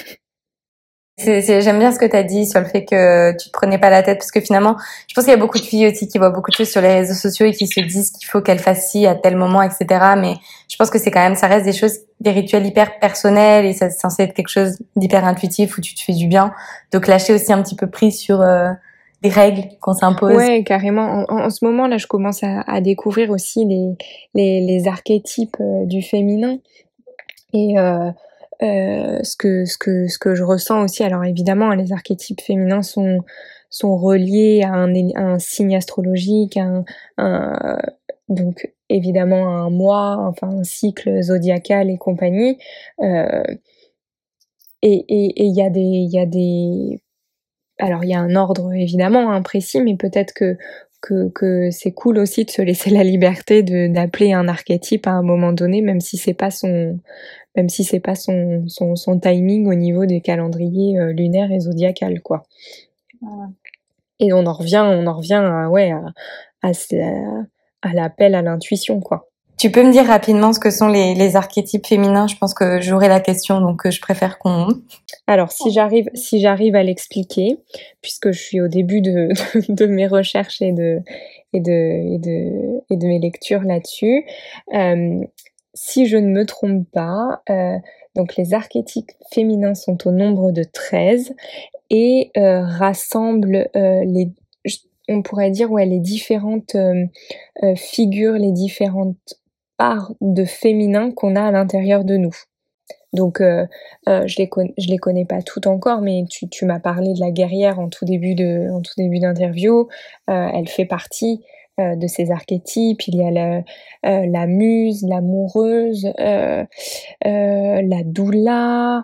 C'est, c'est, j'aime bien ce que tu as dit sur le fait que tu te prenais pas la tête parce que finalement, je pense qu'il y a beaucoup de filles aussi qui voient beaucoup de choses sur les réseaux sociaux et qui se disent qu'il faut qu'elles fassent ci à tel moment, et cetera. Mais je pense que c'est quand même, ça reste des choses, des rituels hyper personnels et ça c'est censé être quelque chose d'hyper intuitif où tu te fais du bien. Donc lâcher aussi un petit peu prise sur euh, des règles qu'on s'impose. Ouais, carrément. En, en ce moment là, je commence à, à découvrir aussi les les, les archétypes euh, du féminin et euh, Euh, ce que ce que ce que je ressens aussi. Alors évidemment, les archétypes féminins sont sont reliés à un, à un signe astrologique, à un, un, donc évidemment à un mois, enfin un cycle zodiacal et compagnie. Euh, et et il y a des il y a des alors il y a un ordre évidemment hein, précis, mais peut-être que que, que c'est cool aussi de se laisser la liberté de d'appeler un archétype à un moment donné, même si c'est pas son même si c'est pas son, son, son timing au niveau des calendriers euh, lunaires et zodiacal, quoi. Voilà. Et on en revient, on en revient à, ouais, à, à, à l'appel à l'intuition, quoi. Tu peux me dire rapidement ce que sont les, les archétypes féminins? Je pense que j'aurai la question, donc je préfère qu'on... Alors, si j'arrive, si j'arrive à l'expliquer, puisque je suis au début de, de, de mes recherches et de, et de, et de, et de mes lectures là-dessus, euh, si je ne me trompe pas, euh, donc les archétypes féminins sont au nombre de treize et euh, rassemblent euh, les, on pourrait dire, ouais, les différentes euh, euh, figures, les différentes parts de féminin qu'on a à l'intérieur de nous. Donc euh, euh, je les con- je les connais pas toutes encore, mais tu, tu m'as parlé de la guerrière en tout début de en tout début d'interview. Euh, elle fait partie euh, de ces archétypes. Il y a la, euh, la muse, l'amoureuse, euh, euh, la doula.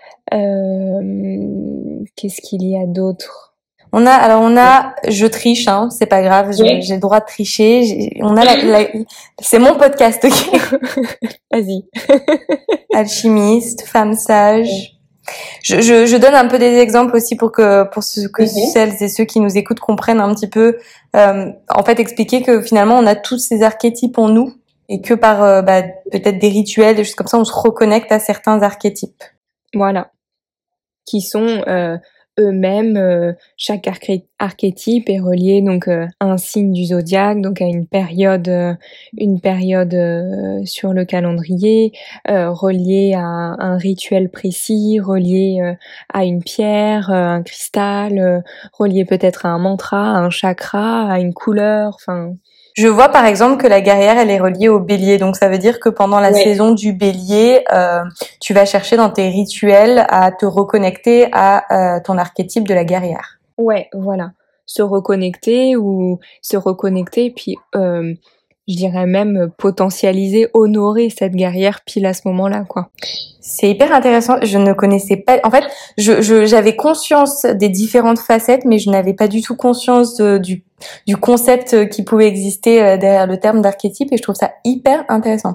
Euh, qu'est-ce qu'il y a d'autre? On a, alors on a, je triche, hein, c'est pas grave, j'ai, oui. j'ai le droit de tricher. J'ai, on a la, la, c'est mon podcast, ok. Vas-y. Alchimiste, femme sage. Je, je, je donne un peu des exemples aussi pour que, pour ceux, que mm-hmm. celles et ceux qui nous écoutent comprennent un petit peu. Euh, en fait, expliquer que finalement on a tous ces archétypes en nous et que par euh, bah, peut-être des rituels, des choses comme ça, on se reconnecte à certains archétypes. Voilà. Qui sont euh, eux-mêmes, euh, chaque arché- archétype est relié donc euh, à un signe du zodiaque, donc à une période, euh, une période euh, sur le calendrier, euh, relié à un rituel précis, relié euh, à une pierre, euh, un cristal, euh, relié peut-être à un mantra, à un chakra, à une couleur, enfin. Je vois par exemple que la guerrière, elle est reliée au bélier. Donc ça veut dire que pendant la Ouais. saison du bélier, euh, tu vas chercher dans tes rituels à te reconnecter à euh, ton archétype de la guerrière. Ouais, voilà. Se reconnecter ou se reconnecter, puis euh, je dirais même potentialiser, honorer cette guerrière pile à ce moment-là, quoi. C'est hyper intéressant. Je ne connaissais pas. En fait, je, je j'avais conscience des différentes facettes, mais je n'avais pas du tout conscience de, du du concept qui pouvait exister derrière le terme d'archétype, et je trouve ça hyper intéressant.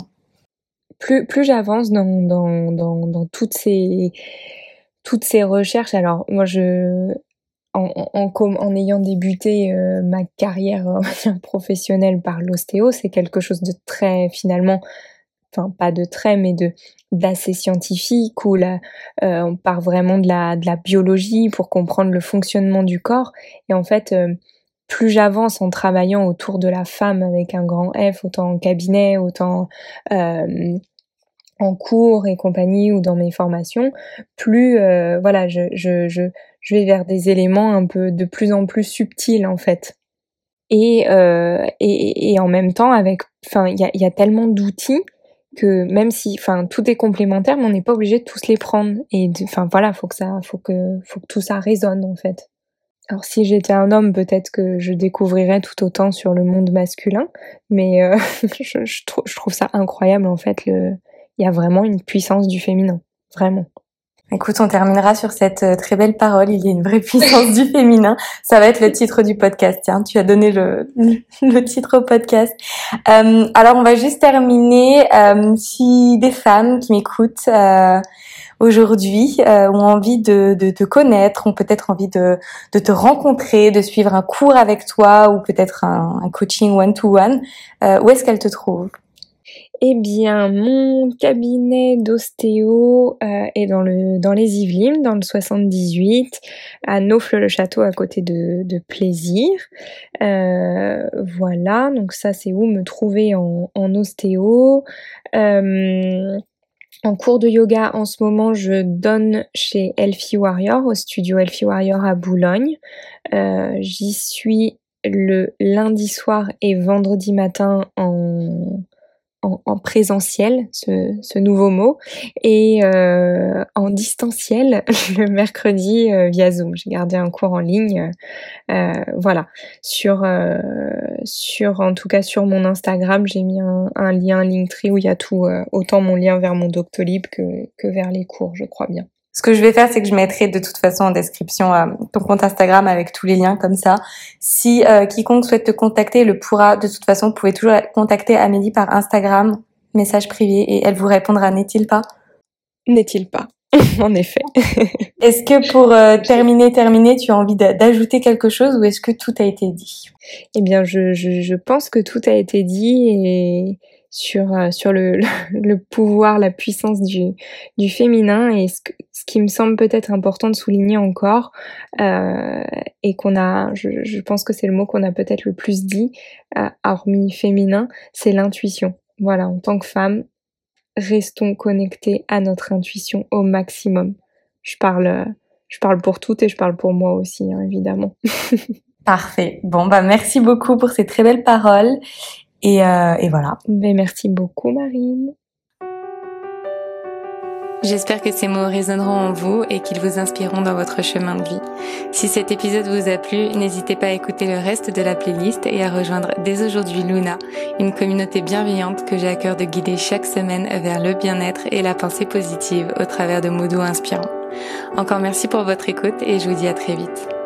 Plus plus j'avance dans dans dans dans toutes ces toutes ces recherches, alors moi je en en en, en ayant débuté euh, ma carrière euh, professionnelle par l'ostéo, c'est quelque chose de très finalement, enfin pas de très, mais de d'assez scientifique, où là euh, on part vraiment de la de la biologie pour comprendre le fonctionnement du corps. Et en fait, euh, plus j'avance en travaillant autour de la femme avec un grand F, autant en cabinet, autant euh, en cours et compagnie ou dans mes formations, plus euh, voilà, je, je je je vais vers des éléments un peu de plus en plus subtils en fait. Et euh, et, et en même temps avec, enfin il y a il y a tellement d'outils que même si, enfin tout est complémentaire, mais on n'est pas obligé de tous les prendre. Et enfin voilà, faut que ça, faut que faut que tout ça résonne en fait. Alors si j'étais un homme, peut-être que je découvrirais tout autant sur le monde masculin, mais euh, je, je, trouve, je trouve ça incroyable en fait. Le, il y a vraiment une puissance du féminin, vraiment. Écoute, on terminera sur cette très belle parole. Il y a une vraie puissance du féminin. Ça va être le titre du podcast. Tiens, tu as donné le, le titre au podcast. Euh, alors, on va juste terminer. Euh, si des femmes qui m'écoutent euh, aujourd'hui euh, ont envie de, de te connaître, ont peut-être envie de, de te rencontrer, de suivre un cours avec toi ou peut-être un, un coaching one-to-one, euh, où est-ce qu'elles te trouvent ? Eh bien, mon cabinet d'ostéo euh, est dans le dans les Yvelines, dans le soixante-dix-huit, à Naufle-le-Château, à côté de, de Plaisir. Euh, voilà, donc ça c'est où me trouver en, en ostéo. Euh, en cours de yoga, en ce moment, je donne chez Healthy Warrior, au studio Healthy Warrior à Boulogne. Euh, j'y suis le lundi soir et vendredi matin en En, en présentiel, ce, ce nouveau mot, et euh, en distanciel le mercredi euh, via Zoom. J'ai gardé un cours en ligne, euh, voilà. Sur, euh, sur, en tout cas sur mon Instagram, j'ai mis un, un lien Linktree où il y a tout, euh, autant mon lien vers mon Doctolib que, que vers les cours, je crois bien. Ce que je vais faire, c'est que je mettrai de toute façon en description euh, ton compte Instagram avec tous les liens comme ça. Si euh, quiconque souhaite te contacter le pourra. De toute façon, vous pouvez toujours contacter Amélie par Instagram, message privé, et elle vous répondra, n'est-il pas ? N'est-il pas ? En effet. Est-ce que pour euh, terminer, terminer, tu as envie d'ajouter quelque chose ou est-ce que tout a été dit ? Eh bien, je, je, je pense que tout a été dit, et sur euh, sur le, le le pouvoir, la puissance du du féminin, et ce que, ce qui me semble peut-être important de souligner encore, euh, et qu'on a, je, je pense que c'est le mot qu'on a peut-être le plus dit, euh, hormis féminin, c'est l'intuition. Voilà, en tant que femme, restons connectés à notre intuition au maximum. Je parle je parle pour toutes et je parle pour moi aussi, hein, évidemment. Parfait. Bon, bah merci beaucoup pour ces très belles paroles. Et, euh, et voilà. Mais merci beaucoup, Marine. J'espère que ces mots résonneront en vous et qu'ils vous inspireront dans votre chemin de vie. Si cet épisode vous a plu, n'hésitez pas à écouter le reste de la playlist et à rejoindre dès aujourd'hui Luna, une communauté bienveillante que j'ai à cœur de guider chaque semaine vers le bien-être et la pensée positive au travers de mots doux inspirants. Encore merci pour votre écoute et je vous dis à très vite.